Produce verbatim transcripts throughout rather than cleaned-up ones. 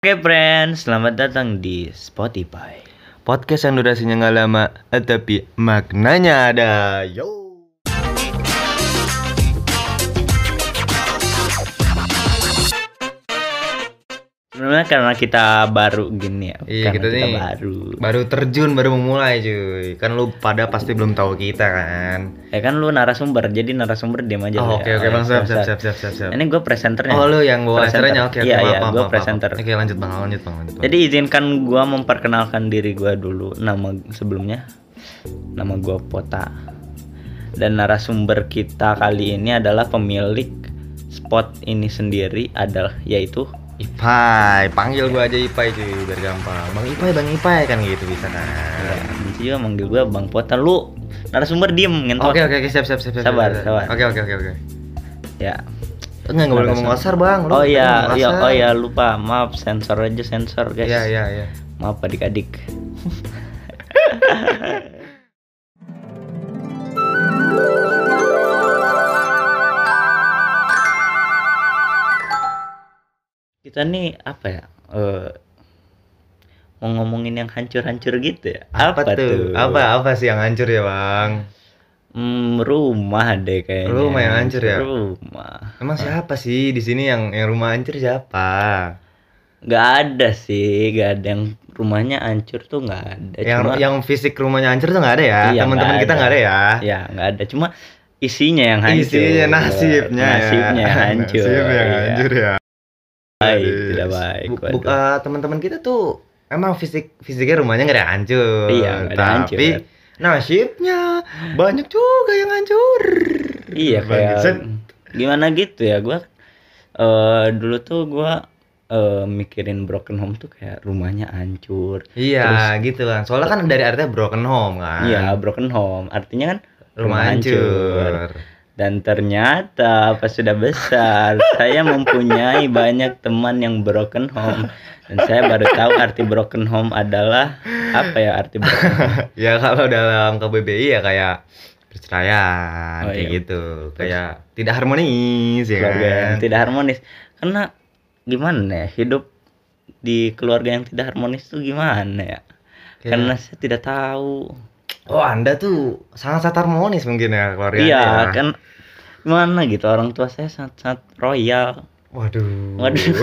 Oke friends, selamat datang di Spotify. Podcast yang durasinya nggak lama, tapi maknanya ada. Yo. Sebenarnya karena kita baru gini ya. Iya, karena kita nih baru. baru terjun, baru memulai cuy. Kan lu pada pasti belum tahu kita kan. Ya kan lu narasumber, jadi narasumber diam aja. Oh, ya. oke oke bang, siap siap siap siap siap. siap. Ini gue presenternya. Oh, lu yang bawa acaranya, oke oke. Iya iya, maaf, gue maaf, presenter. maaf. Oke lanjut bang, lanjut bang, lanjut bang. Jadi izinkan gue memperkenalkan diri gue dulu. Nama sebelumnya, nama gue Pota. Dan narasumber kita kali ini adalah pemilik spot ini sendiri adalah yaitu Ipai, panggil gua aja Ipai cuy, biar gampang. Bang Ipai, Bang Ipai kan gitu bisa kan. Ya, nanti juga manggil gue Bang Pota. Lu narasumber diem ngentot. Oke oke oke, siap siap siap. Sabar, siap, siap. sabar. Oke oke oke oke. Ya. Enggak enggak boleh ngomong kasar, Bang. Lu Oh iya, ngomong iya, kasar. oh iya lupa. Maaf, sensor aja sensor, guys. Iya iya iya. Maaf adik-adik. Kita nih apa ya? Eh mau ngomongin yang hancur-hancur gitu ya? Apa, tuh? Apa apa sih yang hancur ya, Bang? Hmm, rumah deh kayaknya. Rumah yang hancur ya? Rumah. Emang siapa sih di sini yang yang rumah hancur siapa? Gak ada sih, gak ada yang rumahnya hancur tuh gak ada. Yang Cuma, yang fisik rumahnya hancur tuh nggak ada ya? Iya, Teman-teman nggak kita ada. nggak ada ya? Ya nggak ada. Cuma isinya yang hancur. Isinya nasibnya ya. Nasibnya yang hancur. Nasibnya yang Iya. hancur ya. Baik, Yes. tidak baik. Bu- Waduh. bu- eh, teman-teman kita tuh emang fisik fisiknya rumahnya nggak ada yang hancur. Iya, nggak ada yang hancur. Tapi nasibnya banyak juga yang hancur. Iya kayak Bangsat. gimana gitu ya. Gua eh dulu tuh gua eh, mikirin broken home tuh kayak rumahnya hancur. Iya, gitu kan. Soalnya kan dari artinya broken home kan. Iya, broken home. Artinya kan Rumah hancur. Dan ternyata pas sudah besar saya mempunyai banyak teman yang broken home. Dan saya baru tahu arti broken home adalah apa ya arti broken home. Ya kalau dalam K B B I ya kayak perceraian Oh, kayak iya. gitu. Kayak tidak harmonis ya Keluarga kan. yang tidak harmonis. Karena gimana ya hidup di keluarga yang tidak harmonis tuh gimana ya? Kayak- Karena saya tidak tahu. Oh, Anda tuh sangat-sangat harmonis mungkin ya keluarganya. Iya ya. kan gimana gitu orang tua saya sangat-sangat royal. Waduh. Waduh.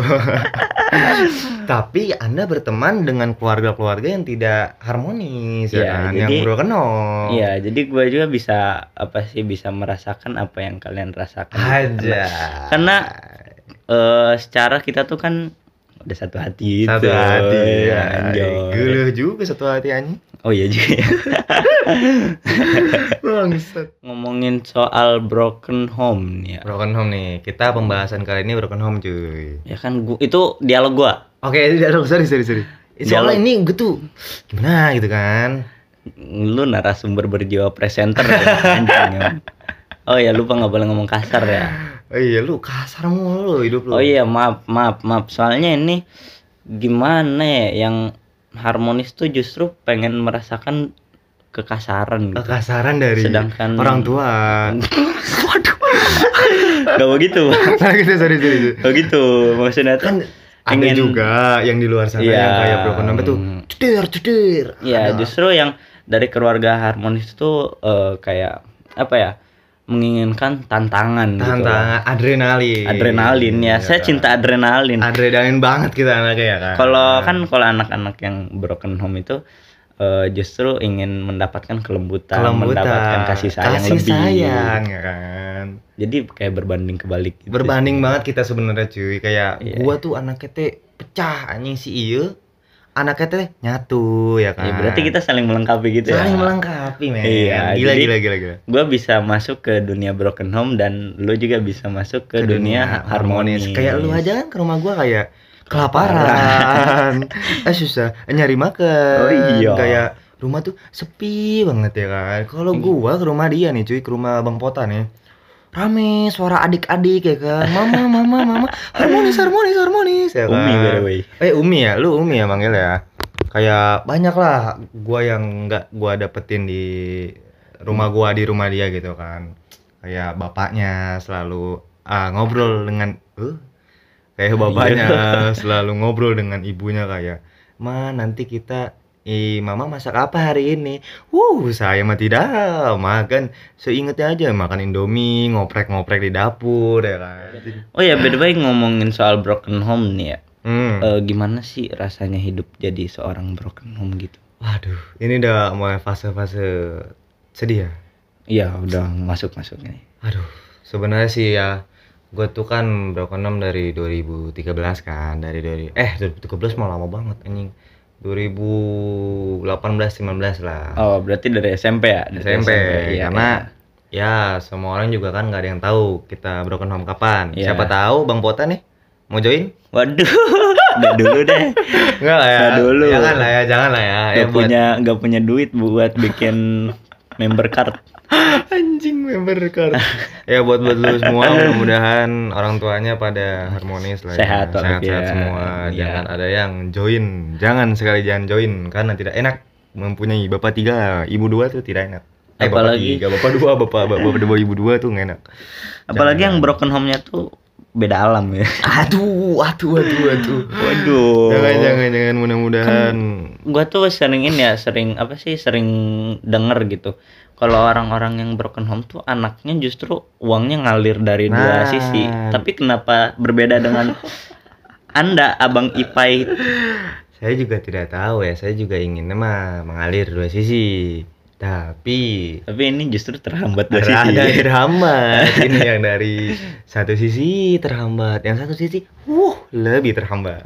Tapi Anda berteman dengan keluarga-keluarga yang tidak harmonis ya Iya, kan, jadi- yang broken home. Iya, jadi gue juga bisa apa sih bisa merasakan apa yang kalian rasakan. Aja. Karena eh secara kita tuh kan udah satu hati gitu. Satu hati ya. Anjay. Geluh juga satu hati anjing. Oh iya juga ya. Bangsat. Ngomongin soal broken home nih ya. Broken home nih. Kita pembahasan kali ini broken home cuy. Ya kan gua, itu dialog gua. Oke, ini dialog sorry sorry sorry. Soalnya Dialog. ini gue tuh gimana gitu kan. Lu narasumber berjiwa presenter ya, anjing ya. Oh ya lupa nggak boleh ngomong kasar ya. Oh iya, lu kasar mulu hidup lu. Oh iya maaf maaf maaf soalnya ini gimana ya yang harmonis tuh justru pengen merasakan kekasaran gitu. Kekasaran dari Sedangkan- orang tua. Waduh. Gak begitu. Nah, gitu sorry sorry. sorry. Gak gitu. Maksudnya tuh Kan ada ingin- juga yang di luar sana Iya. yang kayak broken home tuh cedir cedir. ya Ada. justru yang dari keluarga harmonis tuh eh, kayak apa ya? Menginginkan tantangan gitu. tantangan adrenalin. Adrenalin ya. Iya Saya kan? cinta adrenalin. Adrenalin banget kita anaknya ya kan. Kalau kan kalau anak-anak yang broken home itu eh, justru ingin mendapatkan kelembutan, kelembutan, mendapatkan kasih sayang kasih lebih. sayang ya kan. Jadi kayak berbanding kebalik gitu. Berbanding banget kita sebenarnya cuy. Kayak Iya. gua tuh anaknya teh pecah anjing si ieu. Anaknya teh nyatu ya kan. Ya, berarti kita saling melengkapi gitu saling ya. melengkapi men. Iya, Gila jadi- gila gila gila. Gue bisa masuk ke dunia broken home dan lu juga bisa masuk ke, dunia, harmonis. Kayak lu aja kan ke rumah gua kayak kelaparan. eh susah nyari makan. Oh iya. Kayak rumah tuh sepi banget ya kan. Kalau gua ke rumah dia nih cuy, ke rumah Bang Pota nih. Rame suara adik-adik ya kan. Mama mama mama harmonis harmonis harmonis ya kan. Umi by the way. Eh Umi ya, lu Umi ya manggil ya. Kayak banyak lah gua yang nggak gua dapetin di rumah gua di rumah dia gitu kan. Kayak bapaknya selalu ah, ngobrol dengan uh, kayak bapaknya selalu ngobrol dengan ibunya kayak, "Ma, nanti kita Ih, mama masak apa hari ini?" Wuh, saya mah tidak makan. Seingetnya aja makan Indomie, ngoprek-ngoprek di dapur ya kan. Oh ya, by the way ngomongin soal broken home nih ya. Hmm. Eh, gimana sih rasanya hidup jadi seorang broken home gitu? Waduh, ini udah mulai fase-fase sedih ya. Iya, udah masuk-masuk nih. Aduh, sebenarnya sih ya, gue tuh kan broken home dari dua ribu tiga belas kan, dari dari eh dua ribu tiga belas mah lama banget anjing. dua ribu delapan belas sembilan belas lah. Oh, berarti dari S M P ya? Dari S M P, iya, karena iya. ya semua orang juga kan nggak ada yang tahu kita broken home kapan. Iya. Siapa tahu Bang Pota nih mau join? Waduh, nggak dulu deh. Enggak lah ya. Nggak dulu. Jangan lah ya, jangan lah ya. Nggak Ya, buat- punya nggak punya duit buat bikin member card. Anjing member card. Ya buat buat lu semua mudah-mudahan orang tuanya pada harmonis lah. ya. Sehat walafiat. Sehat-sehat semua. Iya. Jangan ada yang join. Jangan sekali jangan join karena tidak enak mempunyai bapak tiga, ibu dua tuh tidak enak. Eh, bapak Apalagi- tiga, bapak dua, bapak bapak dua, ibu dua tuh nggak enak. Apalagi Jangan. yang broken home-nya tuh beda alam ya. Aduh, aduh, aduh, aduh. Waduh. Jangan, jangan, jangan mudah-mudahan. Gua tuh sering ini ya, sering apa sih, sering denger gitu. Kalau orang-orang yang broken home tuh anaknya justru uangnya ngalir dari dua Nah. sisi. Tapi kenapa berbeda dengan Anda, Abang Ipai? Saya juga tidak tahu ya. Saya juga inginnya mah mengalir dua sisi. Tapi Tapi ini justru terhambat dua ada sisi. terhambat. Ini yang dari satu sisi terhambat, yang satu sisi, wuh, lebih terhambat.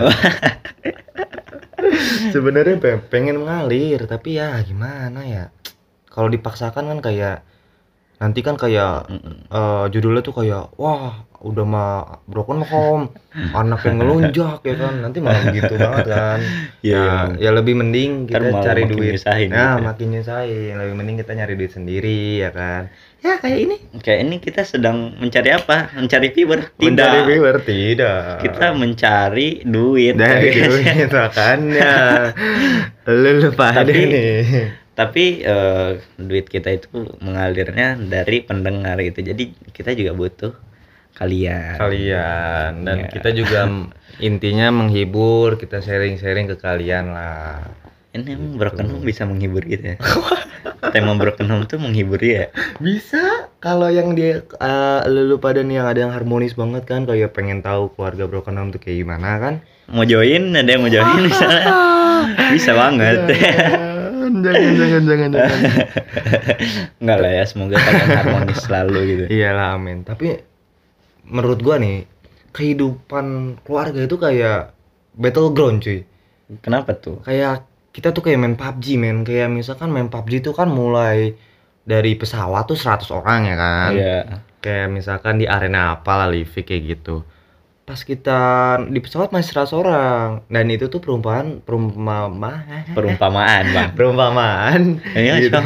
Sebenarnya pe- pengen mengalir, tapi ya gimana ya? Kalau dipaksakan kan kayak nanti kan kayak eh, judulnya tuh kayak wah udah mah broken home, anak yang ngelunjak ya kan, nanti malah begitu banget kan. Iya, Ya, ya lebih mending Ntar kita malah cari makin duit. nyusahin Nah, gitu. makin nyusahin. Lebih mending kita nyari duit sendiri ya kan. Ya kayak ini. Kayak ini kita sedang mencari apa? Mencari viewer? Tidak. Mencari viewer tidak. Kita mencari duit. dari guys. duit makanya. Lu lupa ada Tapi- nih. Tapi eh, duit kita itu mengalirnya dari pendengar gitu. Jadi kita juga butuh kalian. Kalian dan Ya. kita juga m- intinya menghibur, kita sharing-sharing ke kalian lah. Ini emang broken home bisa menghibur gitu ya. Tema broken home tuh menghibur ya. Bisa kalau yang dia eh, lu lu pada nih yang ada yang harmonis banget kan, kayak pengen tahu keluarga broken home tuh kayak gimana kan? Mau join, ada yang mau join misalnya. Bisa banget. Jangan, jangan, jangan, jangan, jangan. Enggak lah ya, semoga kalian harmonis selalu gitu. Iyalah, amin. Tapi menurut gua nih, kehidupan keluarga itu kayak battleground cuy. Kenapa tuh? Kayak kita tuh kayak main P U B G men. Kayak misalkan main P U B G itu kan mulai dari pesawat tuh seratus orang ya kan. Iya. Kayak misalkan di arena apa lah, Livi kayak gitu. Pas kita di pesawat masih seratus orang. Dan itu tuh perumpamaan perumpamaan Perumpamaan, Bang. perumpamaan Iya, gitu.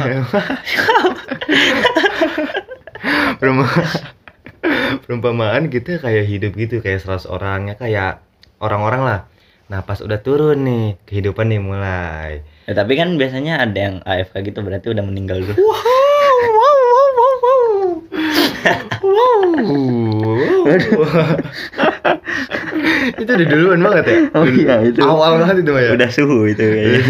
Perumpamaan perumpamaan kita kayak hidup gitu, kayak seratus orangnya kayak orang-orang lah. Nah pas udah turun nih kehidupan nih mulai. Ya, tapi kan biasanya ada yang A F K gitu, berarti udah meninggal dulu. Wow, wow, wow, wow, wow. Wow. Itu udah duluan banget ya. Oh iya, itu. Awal banget itu Mah, ya. Udah suhu itu kayaknya.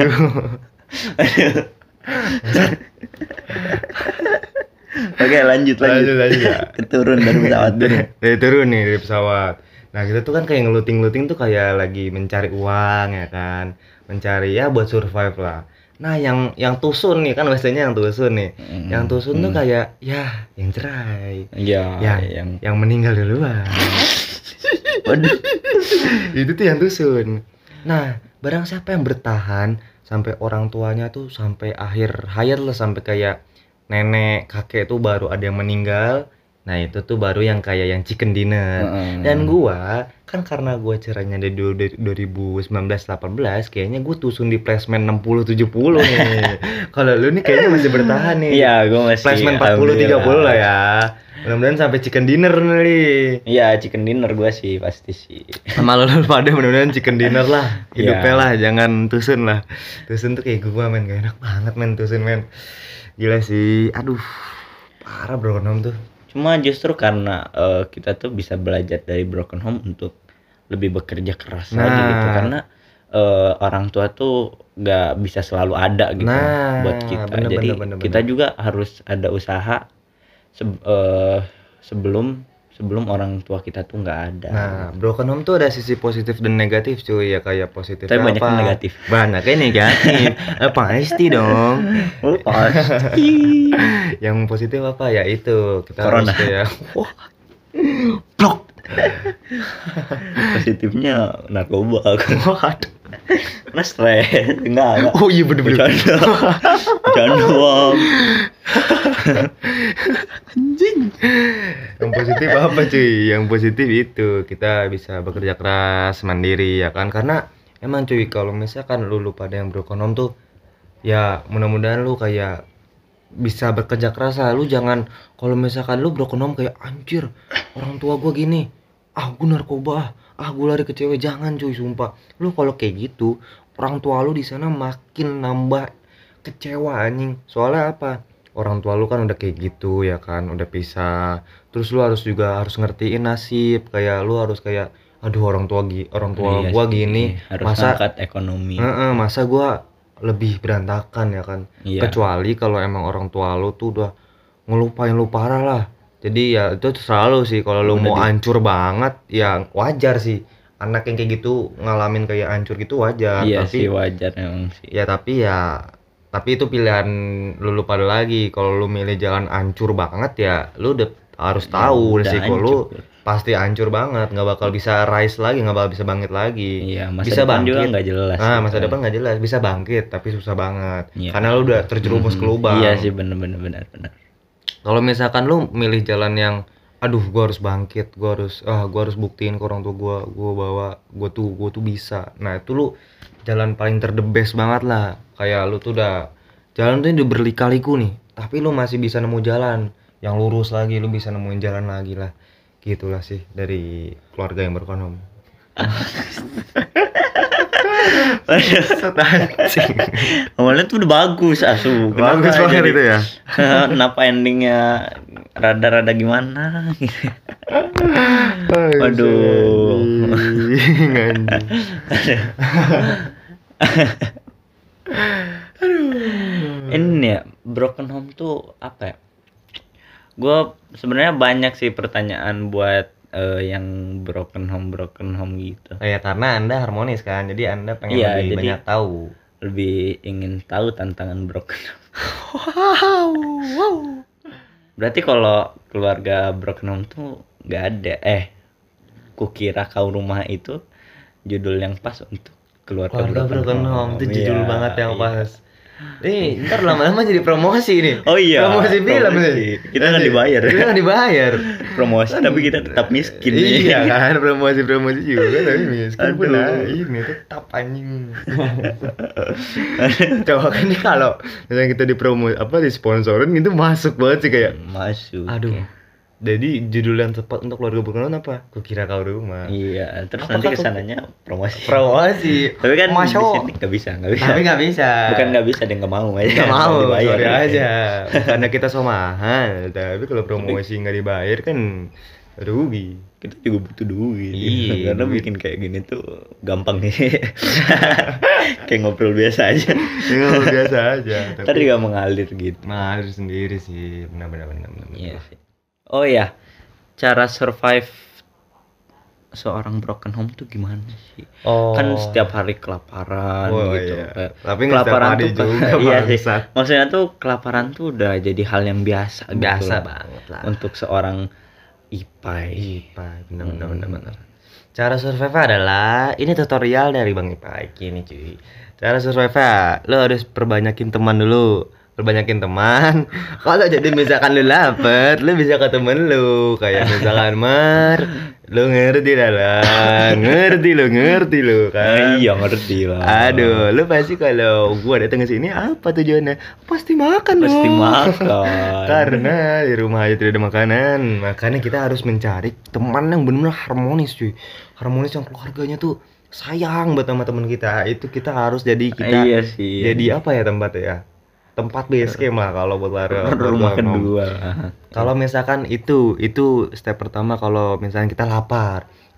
Oke, lanjut lanjut. Lanjut, lanjut, ya. Keturun dari pesawat dulu. Dari turun nih dari pesawat. Nah kita tuh kan kayak ngeluting-ngeluting tuh kayak lagi mencari uang ya kan, mencari ya buat survive lah. Nah yang yang tusun nih kan biasanya yang tusun nih, Mm, yang tusun tuh mm. kayak ya yang cerai, Iya, yang yang yang meninggal duluan. waduh. Itu tuh yang tusun. Nah barang siapa yang bertahan sampai orang tuanya tuh sampai akhir hayat lah, sampai kayak nenek kakek tuh baru ada yang meninggal. Nah itu tuh baru yang kayak yang chicken dinner. Heeh. Dan gua kan karena gua cerainya dari du- dari dua ribu sembilan belas delapan belas, kayaknya gua tusun di placement enam puluh tujuh puluh nih. Kalau lu nih kayaknya masih bertahan nih. Iya, gue masih Placement empat puluh tiga puluh lah ya. Mudah-mudahan sampai chicken dinner nih. Iya, chicken dinner gue sih pasti sih. Sama lu lu pada mudah-mudahan chicken dinner lah. Hidupnya Iya. lah, jangan tusun lah. Tusun tuh kayak gua men, gak enak banget men tusun men. Gila sih. Aduh. Parah broken home tuh. Cuma justru karena eh, kita tuh bisa belajar dari broken home untuk lebih bekerja keras Nah. lagi gitu, karena eh, orang tua tuh nggak bisa selalu ada gitu Nah, buat kita. bener, Jadi bener, bener, kita bener. juga harus ada usaha se- eh, sebelum sebelum orang tua kita tuh nggak ada. Nah, broken home tuh ada sisi positif dan negatif cuy, ya kayak positifnya Tapi banyak apa? yang negatif. Banyaknya negatif. Eh, pasti dong. Oh, pasti. Yang positif apa ya itu kita Corona. harus kayak wah, blok. Positifnya narkoba. Waduh. Karena stres. Enggak, enggak. Oh iya bener-bener. Bercanda. Bercanda, Bang. Anjing. Yang positif apa cuy? Yang positif itu kita bisa bekerja keras, mandiri ya kan? Karena emang cuy kalau misalkan lu lupa ada yang broken home tuh ya mudah-mudahan lu kayak bisa bekerja keras lah. Lu jangan kalau misalkan lu broken home kayak anjir orang tua gua gini, ah gua narkoba, ah, ah gua lari ke cewek. Jangan cuy, sumpah. Lu kalau kayak gitu orang tua lu di sana makin nambah kecewa anjing. Soalnya apa? Orang tua lu kan udah kayak gitu ya kan, udah pisah. Terus lu harus juga harus ngertiin nasib, kayak lu harus kayak aduh orang tua gi orang tua Iya gua sih, gini, harus masa ngangkat ekonomi. Heeh, masa gua lebih berantakan ya kan. Iya. Kecuali kalau emang orang tua lu tuh udah ngelupain lu parah lah. Jadi ya itu terserah lu sih, kalau lu Udah mau di- hancur banget ya wajar sih. Anak yang kayak gitu ngalamin kayak hancur gitu wajar, Iya tapi sih, wajar emang sih. ya tapi ya tapi itu pilihan lu, lu pada lagi. Kalau lu milih jalan hancur banget ya lu udah harus Ya tahu udah resiko lu hancur. pasti hancur banget, nggak bakal bisa rise lagi, nggak bakal bisa bangkit lagi. Iya, masa bisa depan juga bangkit nggak jelas. nah gitu. masa depan nggak jelas, bisa bangkit tapi susah banget. Iya. Karena lu udah terjerumus ke Mhm. lubang. Iya sih, bener-bener benar benar. Kalau misalkan lu milih jalan yang aduh gua harus bangkit, gua harus ah gua harus buktiin ke orang tua gua gua bawa gua tuh gua tuh bisa. Nah, itu lu jalan paling terdebes banget lah. Kayak lu tuh udah jalan tuh udah berliku-liku nih, tapi lu masih bisa nemu jalan yang lurus lagi, lu bisa nemuin jalan lagi lah. Gitulah sih dari keluarga yang berkonom. Anjing. Awalnya tuh udah bagus asu. Kenapa Bagus banget jadi- itu ya. Kenapa endingnya rada-rada gimana? Waduh. Anjing, anjing. Ini ya, broken home tuh apa ya? Gue sebenarnya banyak sih pertanyaan buat eh, yang broken home broken home gitu. Oh ya, karena Anda harmonis kan, jadi Anda pengen Iya, lebih jadi- banyak tahu. Lebih ingin tahu tantangan broken home. Wow, wow. Berarti kalau keluarga broken home tuh nggak ada. Eh, kukira kau rumah itu judul yang pas untuk keluarga, Keluarga broken home itu judul Iya, banget yang iya. pas. Eh, ntar lama-lama jadi promosi nih. Oh iya, Promosi film promosi. nih. Kita nggak dibayar. Kita nggak dibayar. Promosi tapi kita tetap miskin nih. Iya kan, promosi-promosi juga tapi miskin pun Aduh. lah. Ini tetap anjing. Coba kan nih kalau misalnya kita dipromo apa disponsorin itu masuk banget sih kayak. Masuk. Aduh. Jadi judul yang tepat untuk keluarga broken home apa? Kukira kau rumah. Iya, terus Apakah nanti tuh- kesananya promosi. Promosi. Tapi kan di Masuk. sini nggak bisa, nggak bisa. Tapi nggak bisa. Bukan nggak bisa, dia nggak mau aja. Nggak mau, dibayar. sorry aja. Karena kita so mahal. Tapi kalau promosi nggak dibayar kan rugi. Kita juga butuh duit. Iya, Karena duit. bikin kayak gini tuh gampang nih. Kayak ngobrol biasa aja. Ya nggak biasa aja. Ntar juga mengalir gitu. Mengalir sendiri sih. Benar benar benar benar. Iya sih. Oh ya, cara survive seorang broken home tuh gimana sih? Oh. Kan setiap hari kelaparan Oh, gitu. iya. Kayak Tapi nggak setiap hari tuh juga, iya sih. bangsat. Maksudnya tuh kelaparan tuh udah jadi hal yang biasa. gitu Biasa loh. banget lah. Untuk seorang Ipai. Ipai, benar benar Hmm. benar benar. Cara survive adalah ini tutorial dari Bang Ipai ini cuy. Cara survive lo harus perbanyakin teman dulu. Perbanyakin teman. Kalau jadi misalkan lu lapar, lu bisa ke temen lu. Kayak misalkan Mar, lu ngerti dah lah. Ngerti lu, ngerti lu kan. Iya ngerti lah. Aduh, lu pasti kalau gua datang ke sini apa tujuannya? Pasti makan Pasti dong. makan. Karena di rumah aja tidak ada makanan, makanya kita harus mencari teman yang benar-benar harmonis, cuy. Harmonis yang keluarganya tuh sayang buat sama teman kita. Itu kita harus jadi kita. Iya sih. Jadi apa ya tempatnya ya? Tempat base camp lah kalau buat keluarga. rumah buat ngom- kedua. Kalau misalkan itu itu step pertama kalau misalnya kita lapar.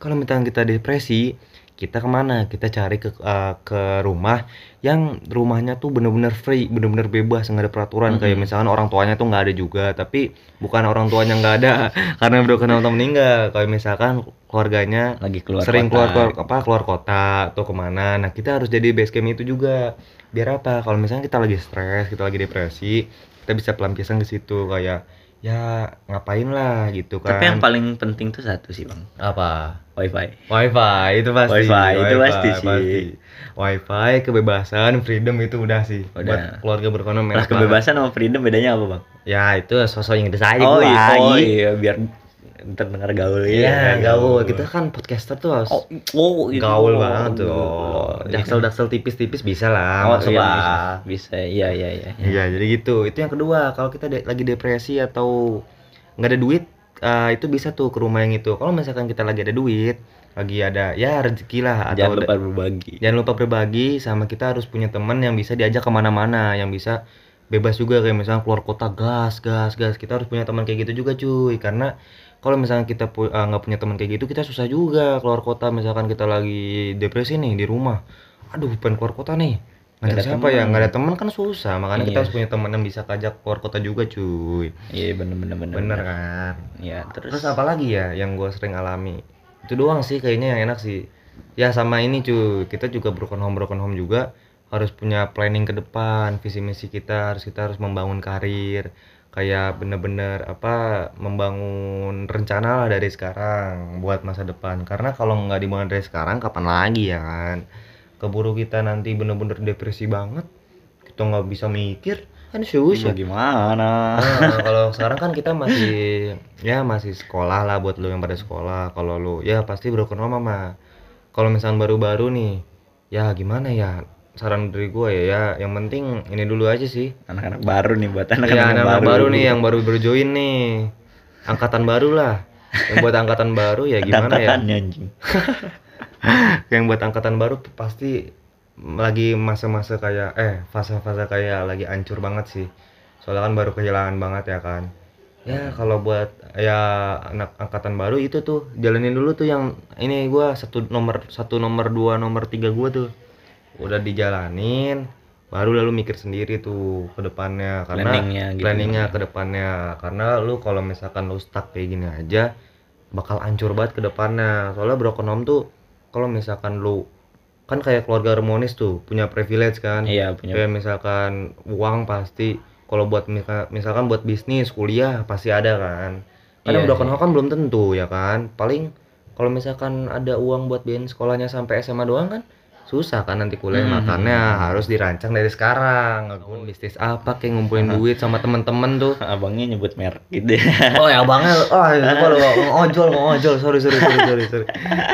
kalau misalkan kita depresi, kita kemana? Kita cari ke uh, ke rumah yang rumahnya tuh bener-bener free, bener-bener bebas, nggak ada peraturan. Mm-mm. Kayak misalkan orang tuanya tuh nggak ada juga, tapi bukan orang tuanya nggak ada karena broken home atau meninggal. Kayak misalkan keluarganya Lagi keluar sering kota. keluar, keluar apa keluar kota atau kemana. Nah kita harus jadi base camp itu juga. Biar apa? Kalau misalnya kita lagi stres, kita lagi depresi, kita bisa pelampiasan ke situ kayak ya ngapain lah gitu kan. Tapi yang paling penting tuh satu sih bang, apa? wifi. Wifi itu pasti. Wifi, itu pasti sih. Wifi, kebebasan, freedom itu udah sih. Udah. Buat keluarga berekonomi. Lah kebebasan sama freedom bedanya apa bang? Ya itu sosok yang aja Oh gua. iya, oh Ih. iya biar terdengar gaul ya. Iya, gaul. Kita kan podcaster tuh harus Oh, oh itu. gaul banget tuh. Oh, Daksel-daksel tipis-tipis bisa lah, Oh masuk iya, lah. bisa, bisa, iya iya iya. Iya, jadi gitu. Itu yang kedua. Kalau kita de- lagi depresi atau nggak ada duit, uh, itu bisa tuh ke rumah yang itu. Kalau misalkan kita lagi ada duit, lagi ada ya rezeki lah, atau Jangan lupa da- berbagi. jangan lupa berbagi, sama kita harus punya teman yang bisa diajak kemana-mana, yang bisa bebas juga, kayak misalnya keluar kota, gas gas gas. Kita harus punya teman kayak gitu juga cuy, karena kalau misalnya kita pu- uh, nggak punya teman kayak gitu, kita susah juga keluar kota. Misalkan kita lagi depresi nih di rumah, aduh pengen keluar kota nih, Nggak ngajak ada siapa ya, teman. nggak ada teman kan susah. Makanya kita Iya. harus punya teman yang bisa kajak keluar kota juga cuy. Iya bener bener bener. Bener kan? Iya terus. Terus apa lagi ya yang gue sering alami? Itu doang sih kayaknya yang enak sih. Ya sama ini cuy, kita juga broken home broken home juga harus punya planning ke depan, visi misi kita, harus kita harus membangun karir, kayak bener-bener apa membangun rencana lah dari sekarang buat masa depan. Karena kalau nggak dibangun dari sekarang, kapan lagi ya kan? Keburu kita nanti bener-bener depresi banget, kita nggak bisa mikir, kan susah. Ya, gimana? Nah, kalau sekarang kan kita masih ya masih sekolah lah, buat lo yang pada sekolah. Kalau lo ya pasti broken home mah. Kalau misalnya baru-baru nih, ya gimana ya? Saran dari gue ya, ya yang penting ini dulu aja sih. Anak-anak baru nih buat Ya anak-anak anak-anak baru. baru nih yang baru baru join nih, angkatan baru lah. Yang buat angkatan baru ya gimana ya? Angkatannya, anjing. Yang buat angkatan baru pasti lagi masa-masa kayak eh fase-fase kayak lagi hancur banget sih. Soalnya kan baru kehilangan banget ya kan. Ya kalau buat ya anak angkatan baru itu tuh jalanin dulu tuh yang ini gua satu nomor satu nomor dua nomor tiga gua tuh udah dijalanin, baru lalu mikir sendiri tuh ke depannya, karena Planningnya gitu. planningnya ke depannya. Karena lu kalau misalkan lu stuck kayak gini aja bakal hancur banget ke depannya. Soalnya broken home tuh kalau misalkan lu kan kayak keluarga harmonis tuh punya privilege kan. Iya, punya. Kayak misalkan uang pasti, kalau buat misa- misalkan buat bisnis, kuliah pasti ada kan. Kadang Iya broken sih. home kan belum tentu ya kan. Paling kalau misalkan ada uang buat biayain sekolahnya sampai S M A doang kan susah kan nanti kuliah. Hmm. Makanya harus dirancang dari sekarang. Ngebangun bisnis apa kayak ngumpulin duit sama temen-temen tuh. Abangnya nyebut merek gitu ya. Oh ya abangnya, oh ya lupa lu, ngojol ngojol, sorry sorry sorry sorry sorry.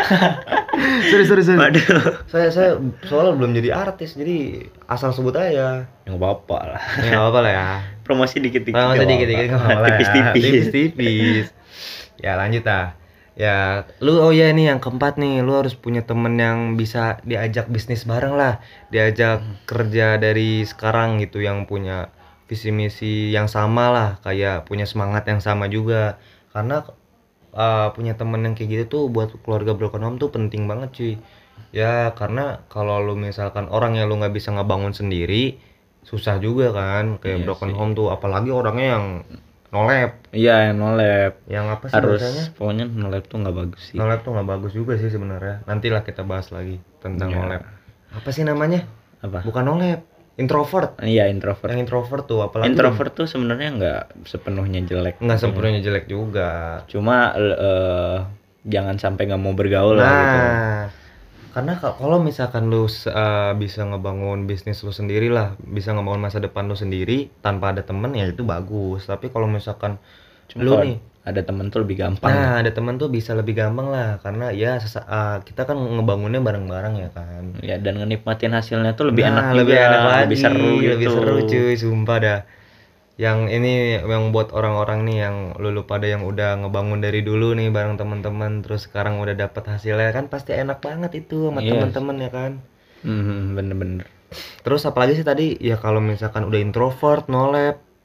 sorry sorry sorry. Waduh. Saya saya soalnya belum jadi artis, jadi asal sebut aja. Yang bapak lah. Ya nggak apa-apa lah ya. Promosi dikit-dikit. Promosi nggak dikit-dikit nggak apa-apa. apa-apa lah ya. Tipis-tipis. Tipis-tipis. Ya lanjut ah. Ya, lu oh ya ini yang keempat nih, lu harus punya temen yang bisa diajak bisnis bareng lah, diajak kerja dari sekarang gitu, yang punya visi misi yang sama lah, kayak punya semangat yang sama juga. Karena uh, punya temen yang kayak gitu tuh buat keluarga broken home tuh penting banget cuy. Ya karena kalau lu misalkan orang yang lu nggak bisa ngebangun sendiri, susah juga kan. Kayak Iya broken sih. home tuh apalagi orangnya yang nolep, Iya, yang nolep. yang apa sih Harus bahasanya? pokoknya nolep tuh nggak bagus sih. Nolep tuh nggak bagus juga sih sebenarnya. Nantilah kita bahas lagi tentang Iya. nolep. Apa sih namanya? Apa? Bukan nolep, introvert. Iya, introvert. Yang introvert tuh apalagi Introvert tuh sebenarnya nggak sepenuhnya jelek. nggak sempurna jelek juga. Cuma eh, jangan sampai nggak mau bergaul lah gitu. Nah, karena ka- kalau misalkan lu uh, bisa ngebangun bisnis lu sendiri lah, bisa ngebangun masa depan lu sendiri tanpa ada temen, ya itu bagus. Tapi kalau misalkan Cuma lu kalau nih, ada temen tuh lebih gampang. nah ada temen tuh bisa lebih gampang lah, karena ya sesa- uh, kita kan ngebangunnya bareng-bareng ya kan. Ya, dan ngenikmatin hasilnya tuh lebih Nah, enak lebih juga, enak lagi, lebih seru gitu. lebih seru cuy, sumpah dah. Yang ini yang buat orang-orang nih yang lulu pada yang udah ngebangun dari dulu nih bareng teman-teman, terus sekarang udah dapat hasilnya kan pasti enak banget itu sama Iya. teman-teman ya kan. Hmm, bener-bener. Terus apalagi sih tadi ya, kalau misalkan udah introvert, nolep,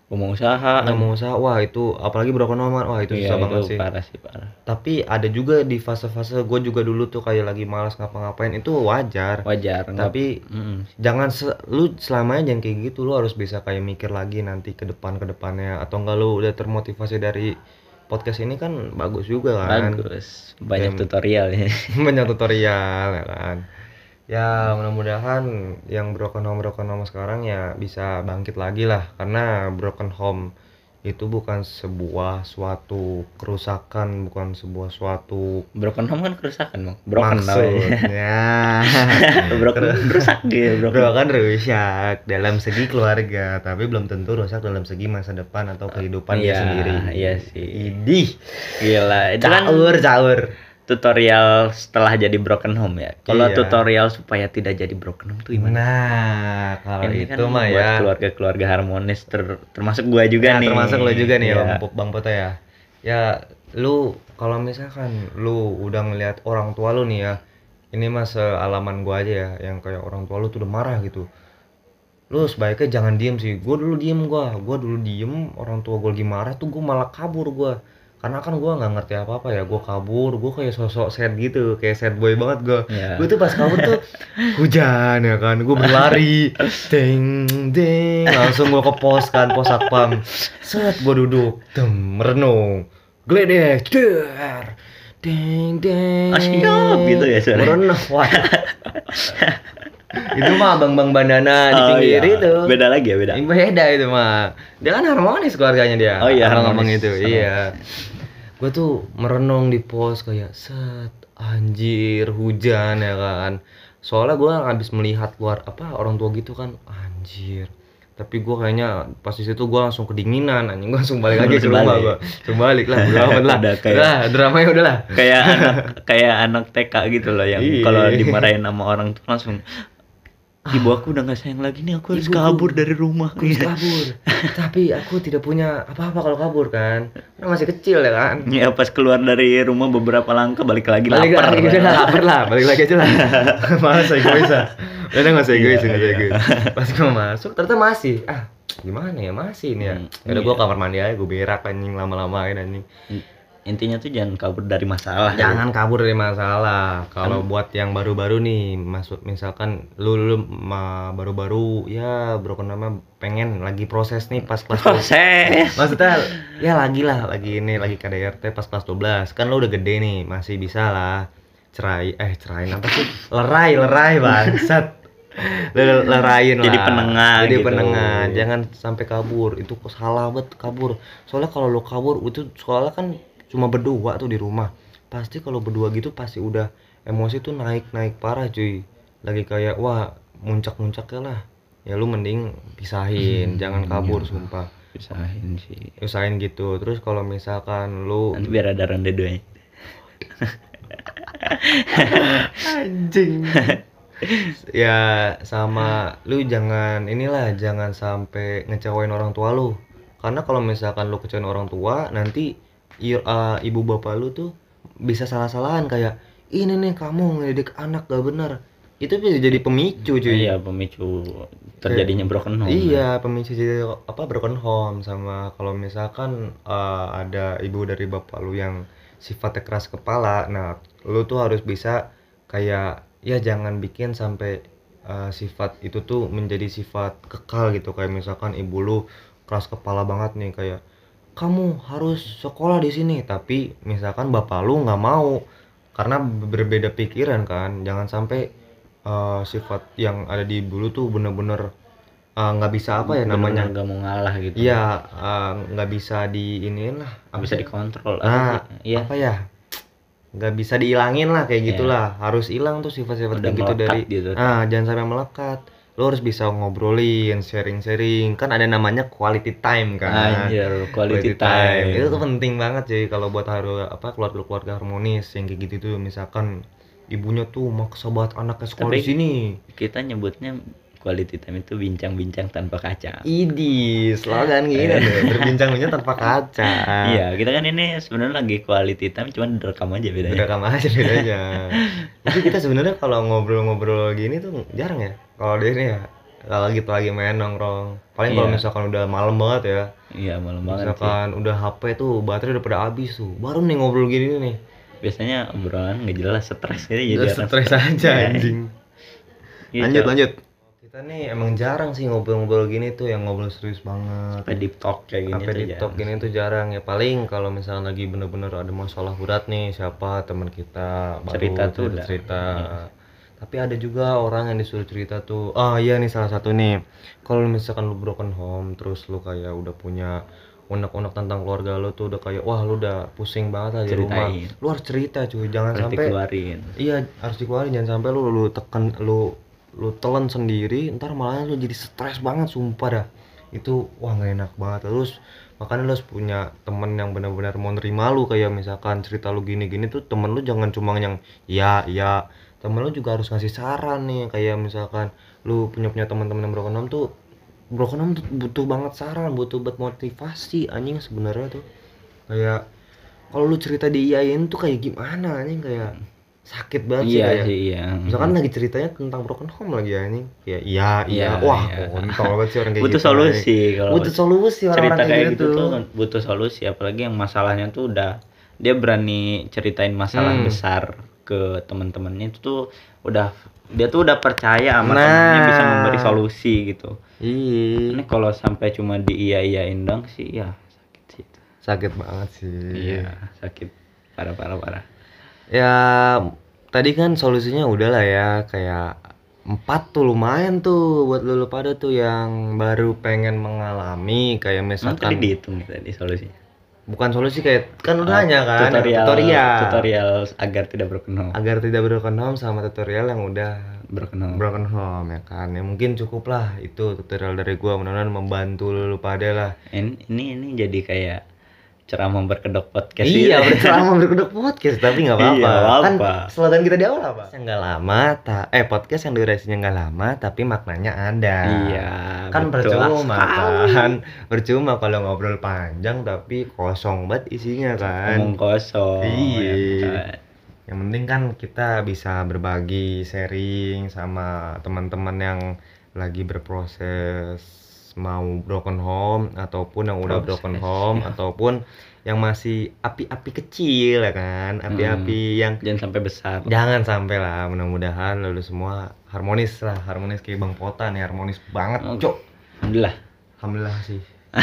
Gua mau usaha. nggak mau usaha, wah itu apalagi broken home, wah itu Iya, susah banget itu sih. parah sih, parah. Tapi ada juga di fase-fase gue juga dulu tuh kayak lagi malas ngapa-ngapain, itu wajar. Wajar, nggak- Tapi mm, jangan se- lu selamanya jangan kayak gitu, lu harus bisa kayak mikir lagi nanti ke depan ke depannya, atau enggak lu udah termotivasi dari podcast ini kan bagus juga kan. bagus. Banyak Em, tutorial ya. banyak tutorial ya kan. Ya mudah-mudahan yang broken home broken home sekarang ya bisa bangkit lagi lah, karena broken home itu bukan sebuah suatu kerusakan, bukan sebuah suatu Broken home kan kerusakan, Bang. Broken namanya. maksudnya. Broken rusak gitu, broken. Broken rusak dalam segi keluarga, tapi belum tentu rusak dalam segi masa depan atau kehidupan dia Iya, sendiri. iya sih. Idih, Gila, itu kan caur caur. tutorial setelah jadi broken home ya. Kalau Iya. tutorial supaya tidak jadi broken home tuh gimana? Nah, kalau Ini itu kan mah buat ya. keluarga-keluarga harmonis ter- termasuk gua juga Nah, nih. termasuk lo juga nih Iya. ya, Bang, Bang Poto ya. Ya, lu kalau misalkan lu udah ngelihat orang tua lu nih ya, ini mah sealaman gua aja ya, yang kayak orang tua lu tuh udah marah gitu. Lu sebaiknya jangan diem sih. Gua dulu diem gua, gua dulu diem, orang tua gua lagi marah tuh gua malah kabur gua. Karena kan gua nggak ngerti apa-apa ya, gua kabur, gua kayak sosok sad gitu, kayak sad boy banget gua. Iya. Gua tuh pas kabur tuh hujan ya kan, gua berlari, deng deng, langsung gua ke pos kan, pos satpam. Set gua duduk, dem merenung, gledek, der, deng deng. Oh, siap gitu ya suaranya. Merenung, wah. Itu mah abang-abang bandana di Oh, pinggir iya. itu. Beda lagi ya, beda. Ini beda itu mah. Dia kan harmonis keluarganya dia. Oh iya, abang-abang harmonis. itu. Sama. Iya. Gue tuh merenung di pos kayak set anjir hujan ya kan. Soalnya gue habis melihat luar apa orang tua gitu kan anjir. Tapi gue kayaknya pas di situ gue langsung kedinginan anjing, gue langsung balik lagi ke Langsung rumah balik. gue. Coba balik lah, udah amat lah. Udah kayak- Udah, dramanya udah lah. Kayak anak kayak anak T K gitu loh yang Iya. kalau dimarahin sama orang tuh langsung ibu aku udah gak sayang lagi nih, aku harus Ibuku. kabur dari rumah. Aku harus kabur. Tapi aku tidak punya apa-apa kalau kabur kan. Karena masih kecil ya kan. Ya pas keluar dari rumah beberapa langkah balik lagi Balik lapar. lagi udah lah, lapar lah, balik lagi aja lah. Malas egois ah. Udah nggak usah egois, Iya, nggak usah iya. egois. Pas gue masuk ternyata masih. Ah, gimana ya masih nih ya. Hmm, Udah gue iya. kamar mandi aja, gue berak anjing lama-lamain anjing. Intinya tuh jangan kabur dari masalah. Jangan kabur dari masalah. Kalau Kan- buat yang baru-baru nih, masuk misalkan lu lu ma- baru-baru ya broken nama pengen lagi proses nih pas kelas Proses. Maksudnya ya lagi lah, lagi ini lagi K D R T pas kelas dua belas. Kan lo udah gede nih, masih bisa lah cerai eh cerain apa sih? Lerai, lerai bangsat. Le- Lerain lah. Jadi penengah Jadi gitu. penengah. Jangan sampai kabur. Itu kok salah banget kabur. Soalnya kalau lo kabur itu soalnya kan cuma berdua tuh di rumah. Pasti kalau berdua gitu pasti udah emosi tuh naik-naik parah cuy. Lagi kayak wah muncak-muncaknya lah. Ya lu mending pisahin, Hmm, jangan kabur iya. sumpah. Pisahin sih. Usahain gitu. Terus kalau misalkan lu Nanti biar ada ronde duanya. anjing ya sama lu jangan inilah jangan sampai ngecewain orang tua lu, karena kalau misalkan lu kecewain orang tua nanti i- uh, ibu bapak lu tuh bisa salah-salahan kayak ini nih kamu ngedidik anak gak bener, itu bisa jadi pemicu cuy. Iya, pemicu terjadinya broken home. Iya, pemicu jadi apa broken home. Sama kalau misalkan uh, ada ibu dari bapak lu yang sifatnya keras kepala, nah lu tuh harus bisa kayak ya jangan bikin sampai uh, sifat itu tuh menjadi sifat kekal gitu. Kayak misalkan ibu lu keras kepala banget nih kayak kamu harus sekolah di sini, tapi misalkan bapak lu nggak mau karena berbeda pikiran kan. Jangan sampai uh, sifat yang ada di ibu lu tuh bener-bener uh, nggak bisa apa ya namanya. nggak mau ngalah gitu. Iya, uh, nggak bisa di iniin lah. Nggak bisa dikontrol. apa Nah, sih? Iya. apa ya? Nggak bisa dihilangin lah kayak Iya. gitulah. Harus hilang tuh sifat-sifat Udah kayak gitu melekat dari. gitu. Nah, jangan sampai melekat. Lo harus bisa ngobrolin, sharing-sharing. Kan ada namanya quality time kan. Anjir, quality time. Itu tuh penting banget sih kalau buat harus apa keluarga-keluarga harmonis yang kayak gitu tuh. Misalkan ibunya tuh maksa banget anaknya sekolah Tapi- di sini. Kita nyebutnya quality time itu bincang-bincang tanpa kaca. Idi, slogan gini tuh, berbincang-bincang tanpa kaca. Iya, kita kan ini sebenarnya lagi quality time, cuman direkam aja bedanya. Direkam aja bedanya. Tapi kita sebenarnya kalau ngobrol-ngobrol gini tuh jarang ya. Kalau dia ini ya kalau gitu lagi main nongkrong. Paling kalau Iya. misalkan udah malam banget ya, Iya malam banget sih. misalkan udah H P tuh baterai udah pada habis tuh, baru nih ngobrol gini nih. Biasanya obrolan nggak jelas, stres jadi Udah jadi orang stres aja Iya. anjing. Gitu. Lanjut lanjut. Kita nih emang jarang sih ngobrol-ngobrol gini tuh yang ngobrol serius banget. Sampai deep talk kayak gini Sampai tuh di jarang. top gini tuh jarang ya. Paling kalau misalnya lagi bener-bener ada masalah berat nih, siapa teman kita baru Cerita tuh udah. cerita. Tapi ada juga orang yang disuruh cerita tuh. Ah iya nih salah satu nih. Kalau misalkan lu broken home terus lu kayak udah punya unek-unek tentang keluarga lu tuh udah kayak wah lu udah pusing banget lah di rumah. Ceritain. Lu harus cerita cuy, jangan Harus sampai dikeluarin. iya harus dikeluarin, jangan sampai lu lu tekan lu lu telan sendiri, ntar malah lu jadi stres banget sumpah dah. Itu wah nggak enak banget. Terus makanya lu harus punya temen yang benar-benar mau nerima lu, kayak misalkan cerita lu gini-gini tuh temen lu jangan cuma yang ya ya, temen lu juga harus ngasih saran nih. Kayak misalkan lu punya punya teman-teman yang broken home tuh, broken home tuh butuh banget saran, butuh buat motivasi anjing sebenarnya tuh. Kayak kalau lu cerita diiyain tuh kayak gimana anjing, kayak sakit banget sih Iya kayak. sih iya. Misalkan lagi ceritanya tentang broken home lagi ya anjing. Ya iya iya. Iya, Wah, iya. kontol banget sih orang kayak Butuh gitu. solusi kalau Butuh solusi cerita orang-orang kayak kayak gitu gitu. tuh butuh solusi, apalagi yang masalahnya tuh udah dia berani ceritain masalah Hmm. besar ke teman-temannya itu tuh udah dia tuh udah percaya sama Nah. temennya bisa memberi solusi gitu. Iya. Ini kalau sampai cuma diiya-iyain dong sih ya sakit sih itu. Sakit banget sih. Iya, sakit parah parah parah. Ya tadi kan solusinya udah lah ya, kayak empat tuh lumayan tuh buat lu pada tuh yang baru pengen mengalami kayak Emang tadi misalkan dihitung tadi solusinya. bukan solusi, kayak kan udah nanya kan tutorial, tutorial tutorial agar tidak broken home. agar tidak broken home sama tutorial yang udah Broken home. broken home ya kan. Ya mungkin cukup lah itu tutorial dari gua, mudah-mudahan membantu lu pada lah. Ini ini ini jadi kayak ceramah berkedok podcast Iya, gitu. berceramah berkedok podcast, tapi nggak apa-apa. Iya, nggak Kan apa. slogan kita di awal apa? Yang nggak lama, ta- eh podcast yang durasinya nggak lama, tapi maknanya ada. Iya, Kan betul percuma sekali. kan, percuma kalau ngobrol panjang tapi kosong banget isinya kan. Ngomong kosong. Iya. ya kan. Yang penting kan kita bisa berbagi, sharing sama teman-teman yang lagi berproses mau broken home ataupun yang udah Proses, broken home ya. ataupun yang masih api-api kecil ya kan, api-api yang Jangan sampai besar. jangan sampai lah. Mudah-mudahan lalu semua harmonis lah, harmonis kayak Bang Pota nih, harmonis banget, Oh. cok. Alhamdulillah. Alhamdulillah sih.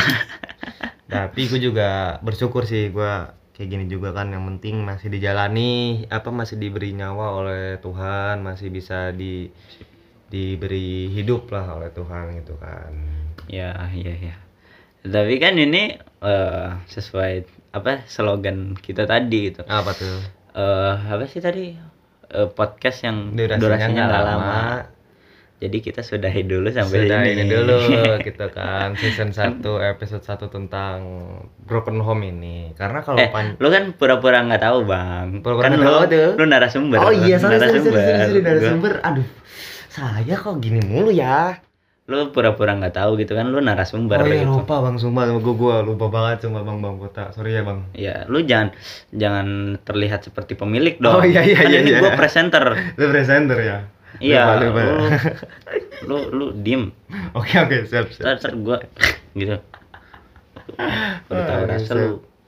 Tapi gue juga bersyukur sih, gue kayak gini juga kan, yang penting masih dijalani, apa masih diberi nyawa oleh Tuhan, masih bisa di diberi hidup lah oleh Tuhan gitu kan. Ya, iya ya. Tapi kan ini eh, sesuai apa slogan kita tadi gitu. Apa tuh? Eh apa sih tadi? Eh, podcast yang Durasinya durasinya nggak nggak lama. lama. Jadi kita sudahi dulu sampai Sudah ini. ini dulu gitu kan, season satu episode satu tentang broken home ini. Karena kalau Eh, pan lu kan pura-pura nggak tahu, Bang. Pura-pura Kan nggak lu, tahu tuh. lu narasumber. Oh iya, sorry sorry sorry sorry, sorry Gua- narasumber. Aduh. Saya kok gini mulu ya? Lu pura-pura nggak tahu gitu kan, lu narasumber Oh iya gitu. lupa Bang, sumpah gue gua lupa banget sama Bang Bang Kota. Sorry ya Bang. Ya, lu jangan jangan terlihat seperti pemilik dong. Oh, iya, iya, kan iya, ini iya. gua presenter. Lu presenter ya? Iya, Lupa, lupa. lu, lu lu diem. Oke oke siap Ntar, siap. ntar gua gitu. Udah tahu Ah, rasa siap. lu.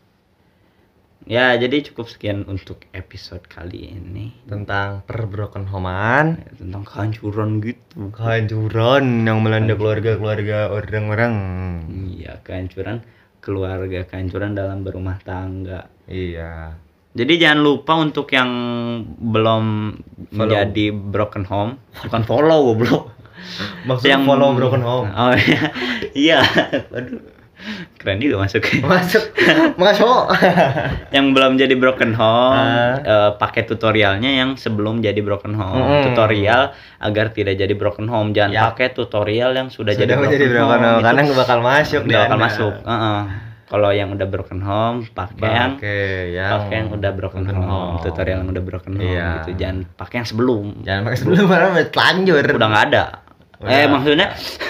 Ya, jadi cukup sekian untuk episode kali ini Tentang perbroken homean, tentang kehancuran gitu. kehancuran yang melanda keluarga-keluarga orang-orang. Iya, kehancuran keluarga, kehancuran dalam berumah tangga. Iya. Jadi jangan lupa untuk yang belum Follow. menjadi broken home, bukan follow goblok. Maksudnya follow broken home. Oh iya. Iya. Waduh. Keren juga masuk. Masuk, masuk. Yang belum jadi broken home, Ah. eh, pakai tutorialnya yang sebelum jadi broken home. Mm. Tutorial agar tidak jadi broken home. Jangan Yap. pakai tutorial yang sudah, Sudah jadi broken, menjadi broken home, Itu karena nggak bakal masuk nggak dia, bakal Anda. masuk. Heeh. Kalau yang udah broken home, pakai yang Pakai yang pakai yang udah broken, home. Tutorial yang udah broken home Iya. gitu. Jangan pakai yang sebelum. Jangan pakai sebelum karena udah telanjur. Udah nggak ada. Udah. Eh maksudnya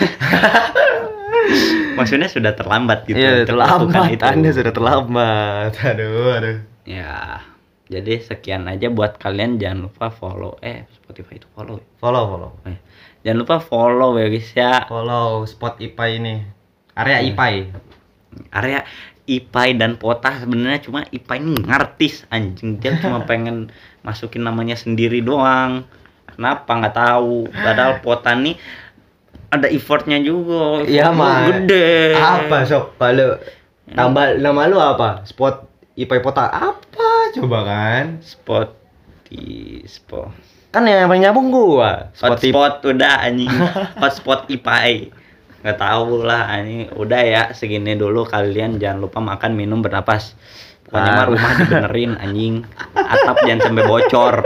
maksudnya sudah terlambat gitu. Iya, untuk melakukan terlambat. itu. Anda sudah terlambat. Aduh, aduh. Ya, jadi sekian aja buat kalian. Jangan lupa follow. Eh, Spotify itu follow. Follow, follow. Eh, Jangan lupa follow ya guys ya. Follow spot Ipai ini. Area Hmm. Ipai. Area Ipai dan Pota sebenarnya cuma Ipai ini ngartis anjing, dia cuma pengen masukin namanya sendiri doang. Kenapa nggak tahu? Padahal Pota nih ada effortnya juga. Iya, Effort Mas. gede. Apa sok kalau tambah nama lu apa? Spot Ipai Pota apa coba kan? Spot di spot. Kan yang paling nyambung gua. Spot Ip- Hotspot udah anjing. Hotspot Ipai. Nggak tahu lah ini udah ya segini dulu, kalian jangan lupa makan minum bernapas. Pokoknya mah Ah. rumah dibenerin anjing. Atap jangan sampai bocor.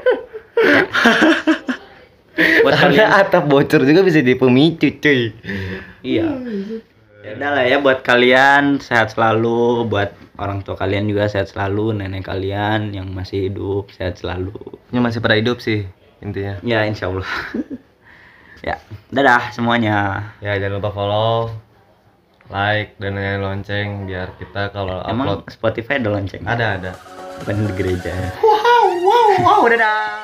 Buat Karena kalian atap bocor juga bisa di pemicu cuy. iya. Ya udah lah ya, buat kalian sehat selalu, buat orang tua kalian juga sehat selalu, nenek kalian yang masih hidup sehat selalu. Ini masih pada hidup sih intinya. Ya insya Allah. Ya, dadah semuanya. Ya jangan lupa follow, like dan nyalain lonceng biar kita kalau Emang upload Spotify ada lonceng? ada ada. Bukan di gereja. Wow wow wow dadah.